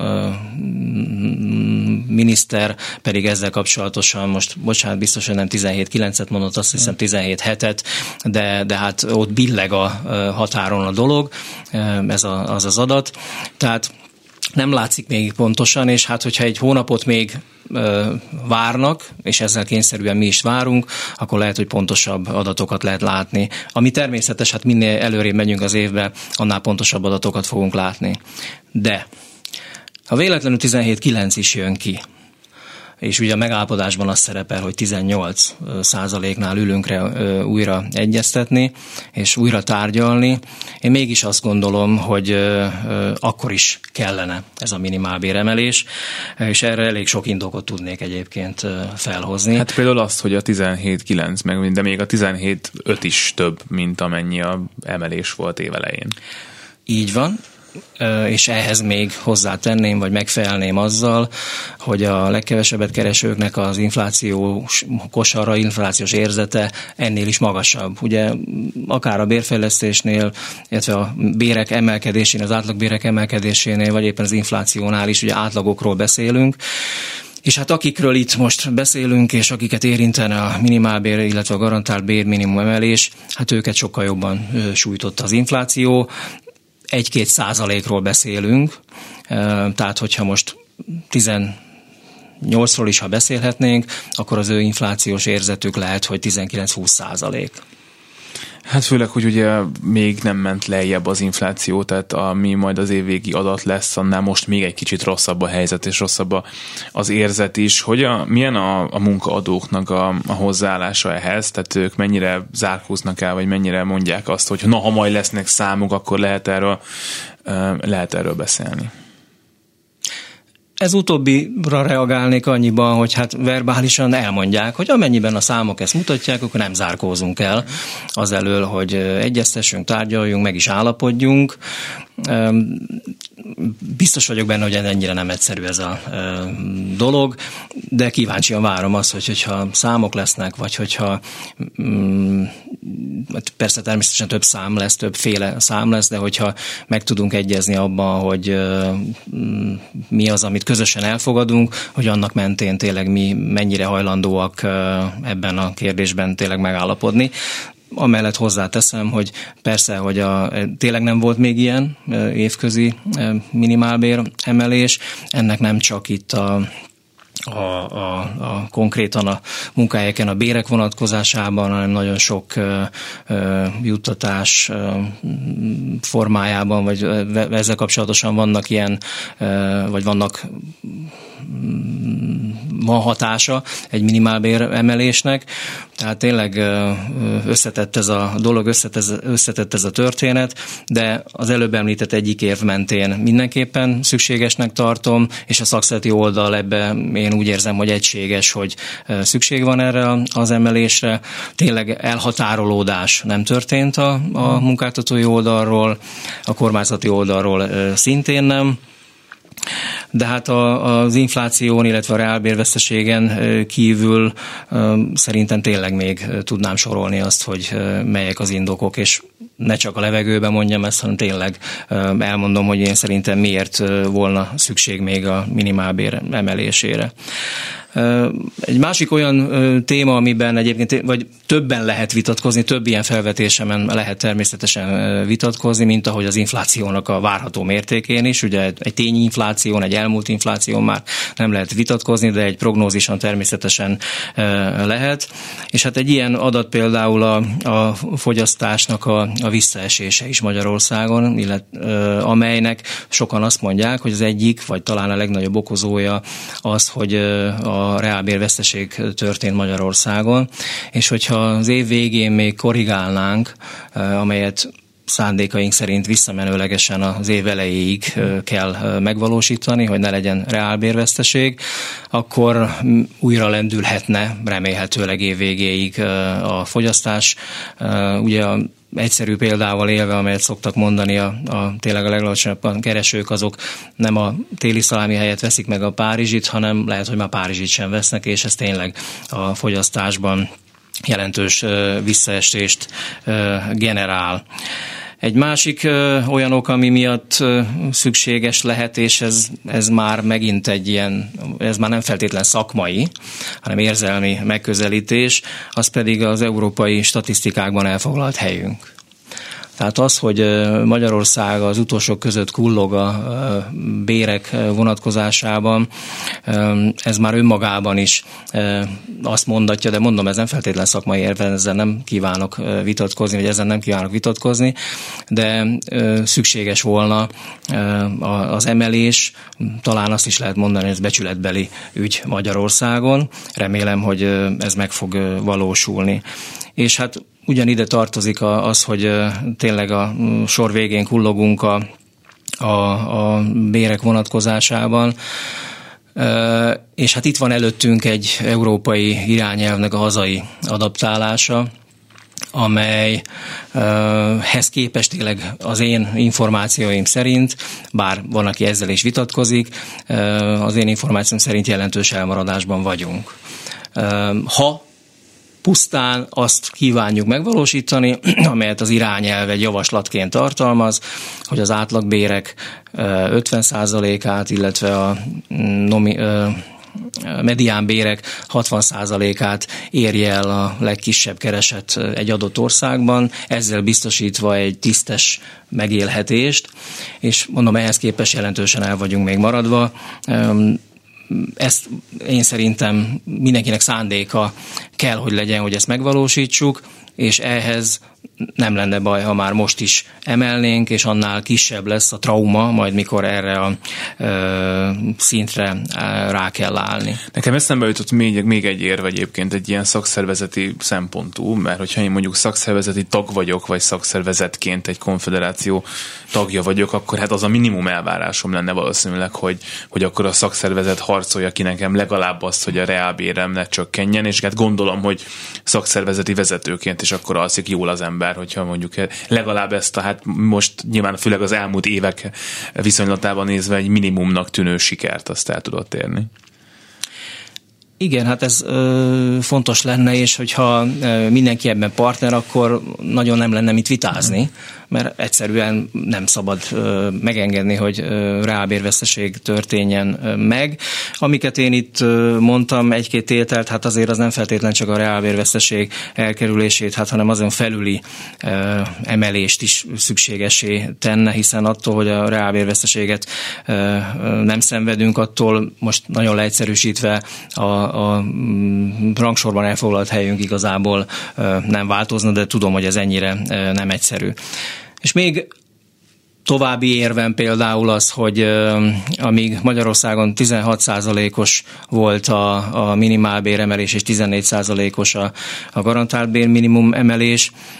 miniszter pedig ezzel kapcsolatosan most, bocsánat, biztos, hogy nem tizenhét kilencet mondott, azt hiszem tizenhét hetet, de, de hát ott billeg a határon a dolog, ez a, az az adat. Tehát nem látszik még pontosan, és hát hogyha egy hónapot még ö, várnak, és ezzel kényszerűen mi is várunk, akkor lehet, hogy pontosabb adatokat lehet látni. Ami természetes, hát minél előrébb megyünk az évbe, annál pontosabb adatokat fogunk látni. De ha véletlenül tizenhét kilenc is jön ki, és ugye a megállapodásban az szerepel, hogy tizennyolc százaléknál ülünkre újra egyeztetni, és újra tárgyalni. Én mégis azt gondolom, hogy akkor is kellene ez a minimálbéremelés, és erre elég sok indokot tudnék egyébként felhozni. Hát például azt, hogy a tizenhét kilenc, meg, de még a tizenhét öt is több, mint amennyi a emelés volt évelején. Így van. És ehhez még hozzátenném, vagy megfelelném azzal, hogy a legkevesebbet keresőknek az inflációs kosara, inflációs érzete ennél is magasabb. Ugye akár a bérfejlesztésnél, illetve a bérek emelkedésénél, az átlagbérek emelkedésénél, vagy éppen az inflációnál is ugye átlagokról beszélünk. És hát akikről itt most beszélünk, és akiket érintene a minimálbér, illetve a garantált bérminimum emelés, hát őket sokkal jobban sújtotta az infláció. Egy-két százalékról beszélünk, tehát hogyha most tizennyolcról is, ha beszélhetnénk, akkor az ő inflációs érzetük lehet, hogy tizenkilenc-húsz százalék. Hát főleg, hogy ugye még nem ment lejjebb az infláció, tehát ami majd az évvégi adat lesz, annál most még egy kicsit rosszabb a helyzet, és rosszabb az érzet is. Hogy a, milyen a, a munkaadóknak a, a hozzáállása ehhez? Tehát ők mennyire zárkóznak el, vagy mennyire mondják azt, hogy na, ha majd lesznek számok, akkor lehet erről, lehet erről beszélni? Ez utóbbira reagálnék annyiban, hogy hát verbálisan elmondják, hogy amennyiben a számok ezt mutatják, akkor nem zárkózunk el azelől, hogy egyeztessünk, tárgyaljunk, meg is állapodjunk. Biztos vagyok benne, hogy ennyire nem egyszerű ez a dolog, de kíváncsian várom azt, hogy, hogyha számok lesznek, vagy hogyha persze természetesen több szám lesz, többféle szám lesz, de hogyha meg tudunk egyezni abban, hogy mi az, amit közösen elfogadunk, hogy annak mentén tényleg mi mennyire hajlandóak ebben a kérdésben tényleg megállapodni. Amellett hozzáteszem, hogy persze, hogy a, tényleg nem volt még ilyen évközi minimálbér emelés, ennek nem csak itt a A, a, a konkrétan a munkahelyeken a bérek vonatkozásában, hanem nagyon sok ö, ö, juttatás ö, formájában, vagy ezzel kapcsolatosan vannak ilyen, ö, vagy vannak van hatása egy minimálbér emelésnek, tehát tényleg összetett ez a dolog, összetett, összetett ez a történet, de az előbb említett egyik érv mentén mindenképpen szükségesnek tartom, és a szakszereti oldal ebben én úgy érzem, hogy egységes, hogy szükség van erre az emelésre. Tényleg elhatárolódás nem történt a, a munkáltatói oldalról, a kormányzati oldalról szintén nem. de hát a, az infláción, illetve a reálbérveszteségen kívül szerintem tényleg még tudnám sorolni azt, hogy melyek az indokok, és ne csak a levegőben mondjam ezt, hanem tényleg elmondom, hogy én szerintem miért volna szükség még a minimálbér emelésére. Egy másik olyan téma, amiben egyébként vagy többen lehet vitatkozni, több ilyen felvetésemen lehet természetesen vitatkozni, mint ahogy az inflációnak a várható mértékén is. Ugye egy tényinfláción, egy elmúlt infláción már nem lehet vitatkozni, de egy prognózison természetesen lehet. És hát egy ilyen adat például a, a fogyasztásnak a, a visszaesése is Magyarországon, illetve, amelynek sokan azt mondják, hogy az egyik, vagy talán a legnagyobb okozója az, hogy a a reálbérveszteség történt Magyarországon, és hogyha az év végén még korrigálnánk, amelyet szándékaink szerint visszamenőlegesen az év elejéig kell megvalósítani, hogy ne legyen reálbérveszteség, akkor újra lendülhetne remélhetőleg év végéig a fogyasztás. Ugye a egyszerű példával élve, amelyet szoktak mondani, a, a tényleg a legalacsonyabb keresők, azok nem a téli szalámi helyett veszik meg a párizsit, hanem lehet, hogy már párizsit sem vesznek, és ez tényleg a fogyasztásban jelentős visszaestést generál. Egy másik ö, olyan ok, ami miatt ö, szükséges lehet, és ez, ez már megint egy ilyen, ez már nem feltétlen szakmai, hanem érzelmi megközelítés, az pedig az európai statisztikákban elfoglalt helyünk. Tehát az, hogy Magyarország az utolsók között kullog a bérek vonatkozásában, ez már önmagában is azt mondatja, de mondom, ez nem feltétlen szakmai érve, ezzel nem kívánok vitatkozni, vagy ezen nem kívánok vitatkozni, de szükséges volna az emelés, talán azt is lehet mondani, hogy ez becsületbeli ügy Magyarországon. Remélem, hogy ez meg fog valósulni. És hát ugyanide tartozik az, hogy tényleg a sor végén kullogunk a, a, a bérek vonatkozásában, és hát itt van előttünk egy európai irányelvnek a hazai adaptálása, amelyhez képest tényleg az én információim szerint, bár van, aki ezzel is vitatkozik, az én információm szerint jelentős elmaradásban vagyunk. Ha pusztán azt kívánjuk megvalósítani, amelyet az irányelv egy javaslatként tartalmaz, hogy az átlagbérek ötven százalékát, illetve a nomi, mediánbérek hatvan százalékát érje el a legkisebb kereset egy adott országban, ezzel biztosítva egy tisztes megélhetést, és mondom, ehhez képest jelentősen el vagyunk még maradva. Ezt én szerintem mindenkinek szándéka kell, hogy legyen, hogy ezt megvalósítsuk, és ehhez nem lenne baj, ha már most is emelnénk, és annál kisebb lesz a trauma, majd mikor erre a ö, szintre rá kell állni. Nekem eszembe jutott még, még egy érv egyébként, egy ilyen szakszervezeti szempontú, mert hogyha én mondjuk szakszervezeti tag vagyok, vagy szakszervezetként egy konfederáció tagja vagyok, akkor hát az a minimum elvárásom lenne valószínűleg, hogy, hogy akkor a szakszervezet harcolja ki nekem legalább azt, hogy a reálbérem ne csökkenjen, és hát gondolom, hogy szakszervezeti vezetőként is akkor alszik jól az ember, hogyha mondjuk legalább ezt a, hát most nyilván főleg az elmúlt évek viszonylatában nézve egy minimumnak tűnő sikert azt el tudott érni. Igen, hát ez ö, fontos lenne, és hogyha ö, mindenki ebben partner, akkor nagyon nem lenne mit vitázni, mert egyszerűen nem szabad ö, megengedni, hogy ö, reálbérveszteség történjen ö, meg. Amiket én itt ö, mondtam, egy-két tételt, hát azért az nem feltétlen csak a reálbérveszteség elkerülését, hát hanem azon felüli ö, emelést is szükségesé tenne, hiszen attól, hogy a reálbérveszteséget ö, ö, nem szenvedünk, attól most nagyon leegyszerűsítve a a rangsorban elfoglalt helyünk igazából nem változna, de tudom, hogy ez ennyire nem egyszerű. És még további érvem például az, hogy amíg Magyarországon tizenhat százalékos volt a, a minimálbér emelés és tizennégy százalékos a, a garantált bérminimum emelés,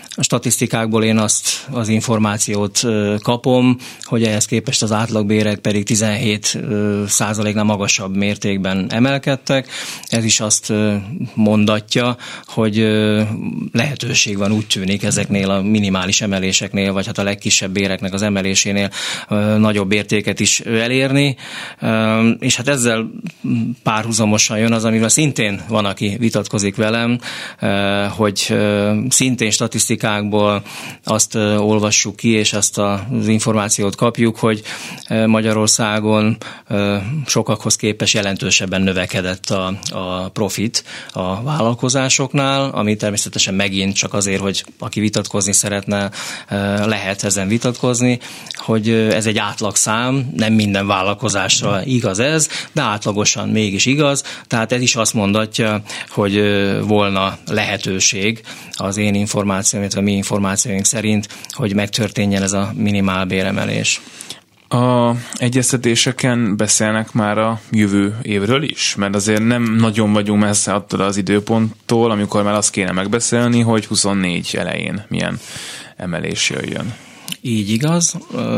A statisztikákból én azt az információt kapom, hogy ehhez képest az átlagbérek pedig tizenhét százaléknál magasabb mértékben emelkedtek. Ez is azt mondatja, hogy lehetőség van, úgy tűnik, ezeknél a minimális emeléseknél, vagy hát a legkisebb béreknek az emelésénél nagyobb értéket is elérni. És hát ezzel párhuzamosan jön az, amivel szintén van, aki vitatkozik velem, hogy szintén statisztikákból azt olvassuk ki, és azt az információt kapjuk, hogy Magyarországon sokakhoz képest jelentősebben növekedett a, a profit a vállalkozásoknál, ami természetesen megint csak azért, hogy aki vitatkozni szeretne, lehet ezen vitatkozni, hogy ez egy átlagszám, nem minden vállalkozásra igaz ez, de átlagosan mégis igaz, tehát ez is azt mondatja, hogy volna lehetőség az én információm, illetve mi információink szerint, hogy megtörténjen ez a minimálbéremelés. A egyeztetéseken beszélnek már a jövő évről is? Mert azért nem nagyon vagyunk messze attól az időponttól, amikor már azt kéne megbeszélni, hogy huszonnégy elején milyen emelés jöjjön. Így igaz.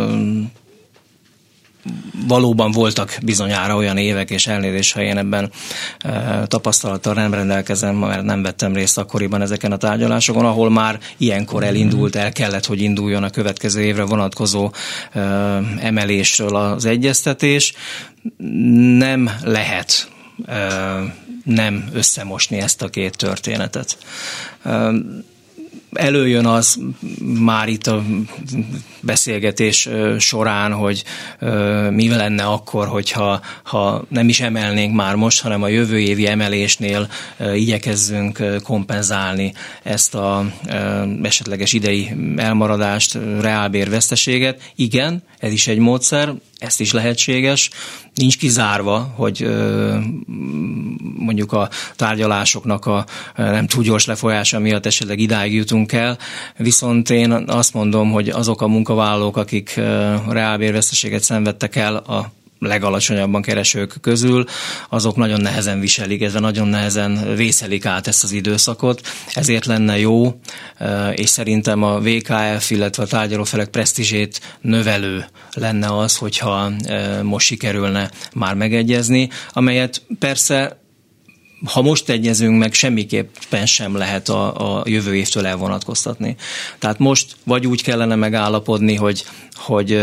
Valóban voltak bizonyára olyan évek, és elnézést, ha én ebben e, tapasztalattal nem rendelkezem, mert nem vettem részt akkoriban ezeken a tárgyalásokon, ahol már ilyenkor elindult, el kellett, hogy induljon a következő évre vonatkozó e, emelésről az egyeztetés. Nem lehet e, nem összemosni ezt a két történetet. E, Előjön az már itt a beszélgetés során, hogy mi lenne akkor, hogyha ha nem is emelnénk már most, hanem a jövő évi emelésnél igyekezzünk kompenzálni ezt az esetleges idei elmaradást, reálbérveszteséget. Igen, ez is egy módszer, ezt is lehetséges. Nincs kizárva, hogy mondjuk a tárgyalásoknak a nem túl gyors lefolyása miatt esetleg idáig jutunk el, viszont én azt mondom, hogy azok a munkavállalók, akik reálbérveszteséget szenvedtek el a legalacsonyabban keresők közül, azok nagyon nehezen viselik, ez nagyon nehezen vészelik át ezt az időszakot. Ezért lenne jó, és szerintem a vé ká ef, illetve a tárgyalófelek presztízsét növelő lenne az, hogyha most sikerülne már megegyezni, amelyet persze ha most egyezünk meg, semmiképpen sem lehet a, a jövő évtől elvonatkoztatni. Tehát most vagy úgy kellene megállapodni, hogy, hogy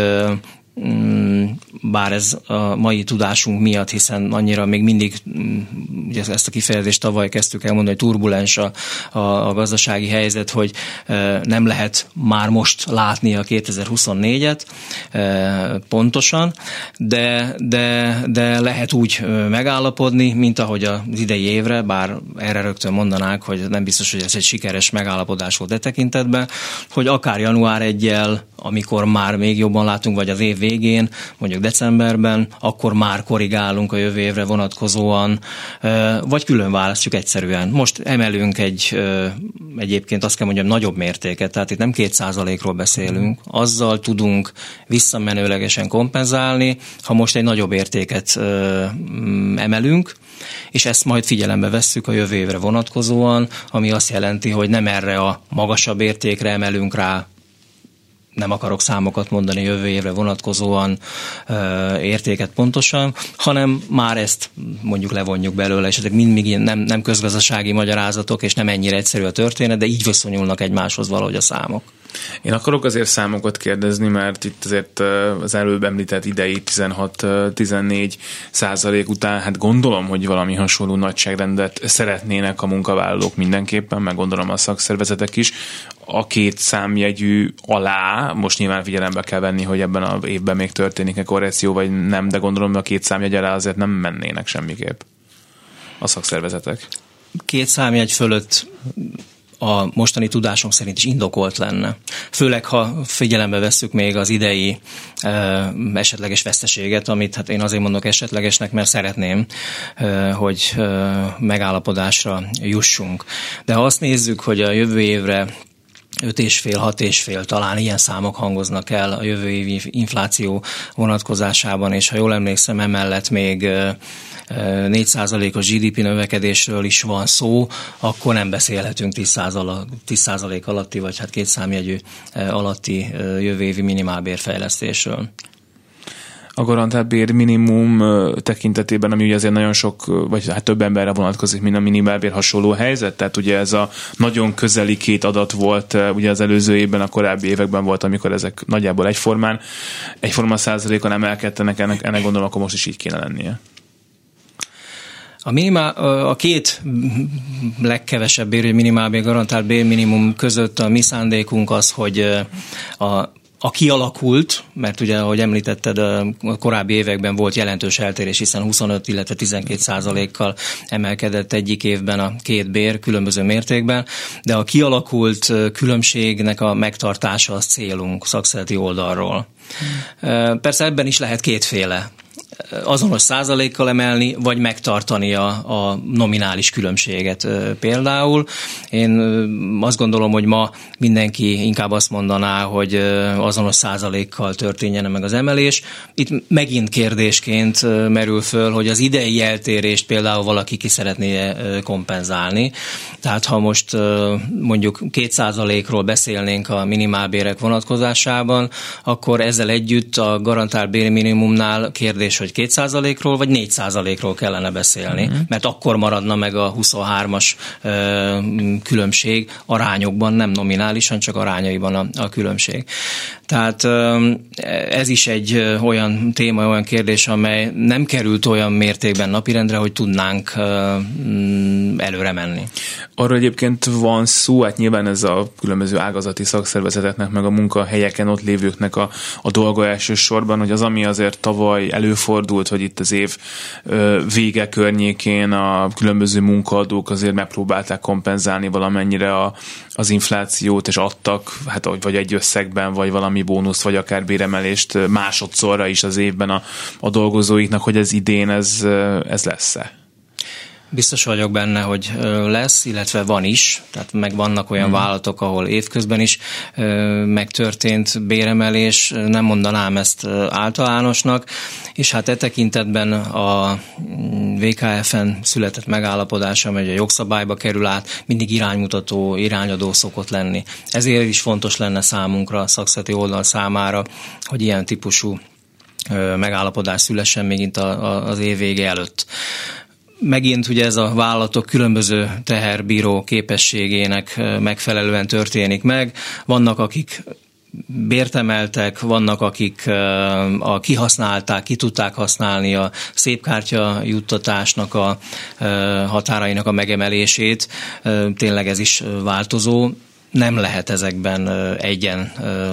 bár ez a mai tudásunk miatt, hiszen annyira még mindig, ugye ezt a kifejezést tavaly kezdtük el mondani, hogy turbulens a, a, a gazdasági helyzet, hogy nem lehet már most látni a kétezer-huszonnégyet pontosan, de, de, de lehet úgy megállapodni, mint ahogy az idei évre, bár erre rögtön mondanák, hogy nem biztos, hogy ez egy sikeres megállapodás volt e tekintetben, hogy akár január elsejivel, amikor már még jobban látunk, vagy az év végén, mondjuk decemberben, akkor már korrigálunk a jövő évre vonatkozóan, vagy külön választjuk egyszerűen. Most emelünk egy, egyébként azt kell mondjam, nagyobb mértéket, tehát itt nem két százalékról beszélünk, azzal tudunk visszamenőlegesen kompenzálni, ha most egy nagyobb értéket emelünk, és ezt majd figyelembe vesszük a jövő évre vonatkozóan, ami azt jelenti, hogy nem erre a magasabb értékre emelünk rá, nem akarok számokat mondani jövő évre vonatkozóan ö, értéket pontosan, hanem már ezt mondjuk levonjuk belőle, és ezek mind még nem, nem közgazdasági magyarázatok, és nem ennyire egyszerű a történet, de így viszonyulnak egymáshoz valahogy a számok. Én akarok azért számokat kérdezni, mert itt azért az előbb említett idei tizenhat-tizennégy százalék után, hát gondolom, hogy valami hasonló nagyságrendet szeretnének a munkavállalók mindenképpen, meg gondolom a szakszervezetek is. A két számjegyű alá, most nyilván figyelembe kell venni, hogy ebben az évben még történik-e korrekció, vagy nem, de gondolom, hogy a két számjegy alá azért nem mennének semmiképp a szakszervezetek. Két számjegy fölött a mostani tudásunk szerint is indokolt lenne. Főleg, ha figyelembe vesszük még az idei e, esetleges veszteséget, amit hát én azért mondok esetlegesnek, mert szeretném, e, hogy e, megállapodásra jussunk. De ha azt nézzük, hogy a jövő évre öt és fél, hat és fél, talán ilyen számok hangoznak el a jövő évi infláció vonatkozásában, és ha jól emlékszem, emellett még négy százalékos gé dé pé növekedésről is van szó, akkor nem beszélhetünk tíz százalék alatti, vagy hát két számjegyű alatti jövő évi minimálbérfejlesztésről. A garantált bér minimum tekintetében, ami ugye azért nagyon sok, vagy hát több emberre vonatkozik, mint a minimálbér, hasonló helyzet, tehát ugye ez a nagyon közeli két adat volt ugye az előző évben, a korábbi években volt, amikor ezek nagyjából egyformán, egyforma százalékon emelkedtenek, ennek, ennek gondolom, akkor most is így kéne lennie. A, minimál, a két legkevesebb bér, minimálbér, garantált bérminimum között a mi szándékunk az, hogy a A kialakult, mert ugye, ahogy említetted, a korábbi években volt jelentős eltérés, hiszen huszonöt, illetve tizenkét százalékkal emelkedett egyik évben a két bér különböző mértékben, de a kialakult különbségnek a megtartása az célunk szakszereti oldalról. Hmm. Persze ebben is lehet kétféle. Azonos százalékkal emelni, vagy megtartani a, a nominális különbséget például. Én azt gondolom, hogy ma mindenki inkább azt mondaná, hogy azonos százalékkal történjen meg az emelés. Itt megint kérdésként merül föl, hogy az idei eltérést például valaki ki szeretné kompenzálni. Tehát ha most mondjuk két százalékról beszélnénk a minimálbérek vonatkozásában, akkor ezzel együtt a garantált bérminimumnál kérdés, hogy két százalékról vagy négy százalékról kellene beszélni, uh-huh. mert akkor maradna meg a huszonhármas ö, különbség arányokban, nem nominálisan, csak arányaiban a, a különbség. Tehát ö, ez is egy ö, olyan téma, olyan kérdés, amely nem került olyan mértékben napirendre, hogy tudnánk ö, előre menni. Arról egyébként van szó, hát nyilván ez a különböző ágazati szakszervezeteknek, meg a munkahelyeken ott lévőknek a, a dolga elsősorban, hogy az, ami azért tavaly előfordult, hogy itt az év vége környékén a különböző munkaadók azért megpróbálták kompenzálni valamennyire a, az inflációt, és adtak, hát vagy egy összegben, vagy valami bónuszt, vagy akár béremelést másodszorra is az évben a, a dolgozóiknak, hogy ez idén ez, ez lesz-e? Biztos vagyok benne, hogy lesz, illetve van is, tehát meg vannak olyan hmm. vállalatok, ahol évközben is megtörtént béremelés, nem mondanám ezt általánosnak, és hát e tekintetben a vé ká ef-en született megállapodás, amely a jogszabályba kerül át, mindig iránymutató, irányadó szokott lenni. Ezért is fontos lenne számunkra, a szakszereti oldal számára, hogy ilyen típusú megállapodás szülessen még itt az év vége előtt. Megint ugye ez a vállalatok különböző teherbíró képességének megfelelően történik meg. Vannak, akik bért emeltek, vannak, akik a, kihasználták, ki tudták használni a szépkártya juttatásnak a határainak a megemelését. Tényleg ez is változó. Nem lehet ezekben egyen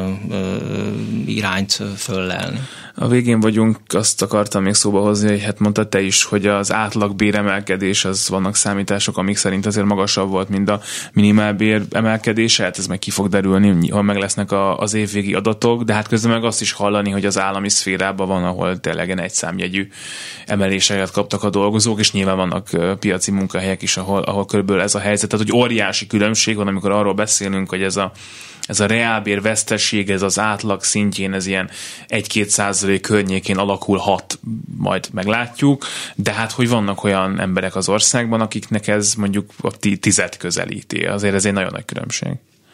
irányt föllelni. A végén vagyunk, azt akartam még szóba hozni, hogy hát mondtad te is, hogy az átlag béremelkedés, az vannak számítások, amik szerint azért magasabb volt, mint a minimálbér emelkedése, hát ez meg ki fog derülni, ha meg lesznek a, az évvégi adatok, de hát közben meg azt is hallani, hogy az állami szférában van, ahol tényleg egy számjegyű emeléseket kaptak a dolgozók, és nyilván vannak piaci munkahelyek is, ahol, ahol körülbelül ez a helyzet. Tehát, hogy óriási különbség van, amikor arról beszélünk, hogy ez a Ez a reálbér veszteség, ez az átlag szintjén, ez ilyen egy-két százalék környékén alakulhat, majd meglátjuk, de hát, hogy vannak olyan emberek az országban, akiknek ez mondjuk a tized közelíti. Azért ez egy nagyon nagy különbség.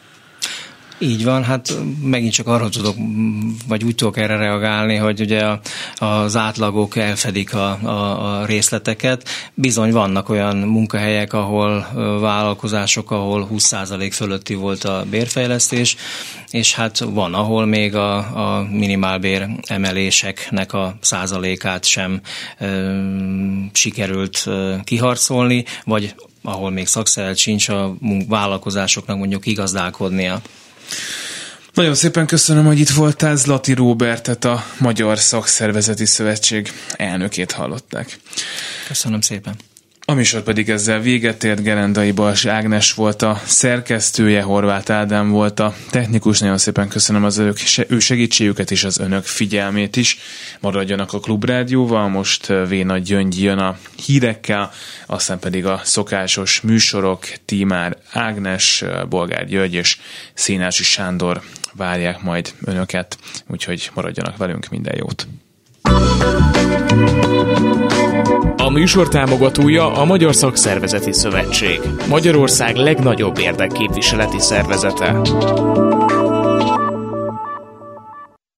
Így van, hát megint csak arról tudok, vagy úgy tudok erre reagálni, hogy ugye az átlagok elfedik a, a, a részleteket. Bizony vannak olyan munkahelyek, ahol vállalkozások, ahol húsz százalék fölötti volt a bérfejlesztés, és hát van, ahol még a, a minimálbér emeléseknek a százalékát sem ö, sikerült ö, kiharcolni, vagy ahol még szakszervezet sincs a vállalkozásoknak mondjuk igazdálkodnia. Nagyon szépen köszönöm, hogy itt voltál. Zlati Róbertet, a Magyar Szakszervezeti Szövetség elnökét hallották. Köszönöm szépen. A műsor pedig ezzel véget ért. Gerendai Bals Ágnes volt a szerkesztője, Horváth Ádám volt a technikus. Nagyon szépen köszönöm az ő segítségüket és az önök figyelmét is. Maradjanak a Klubrádióval, most Véna Gyöngy jön a hírekkel, aztán pedig a szokásos műsorok, Tímár Ágnes, Bolgár György és Szénási Sándor várják majd önöket, úgyhogy maradjanak velünk, minden jót! A műsor támogatója a Magyar Szakszervezeti Szövetség, Magyarország legnagyobb érdekképviseleti szervezete.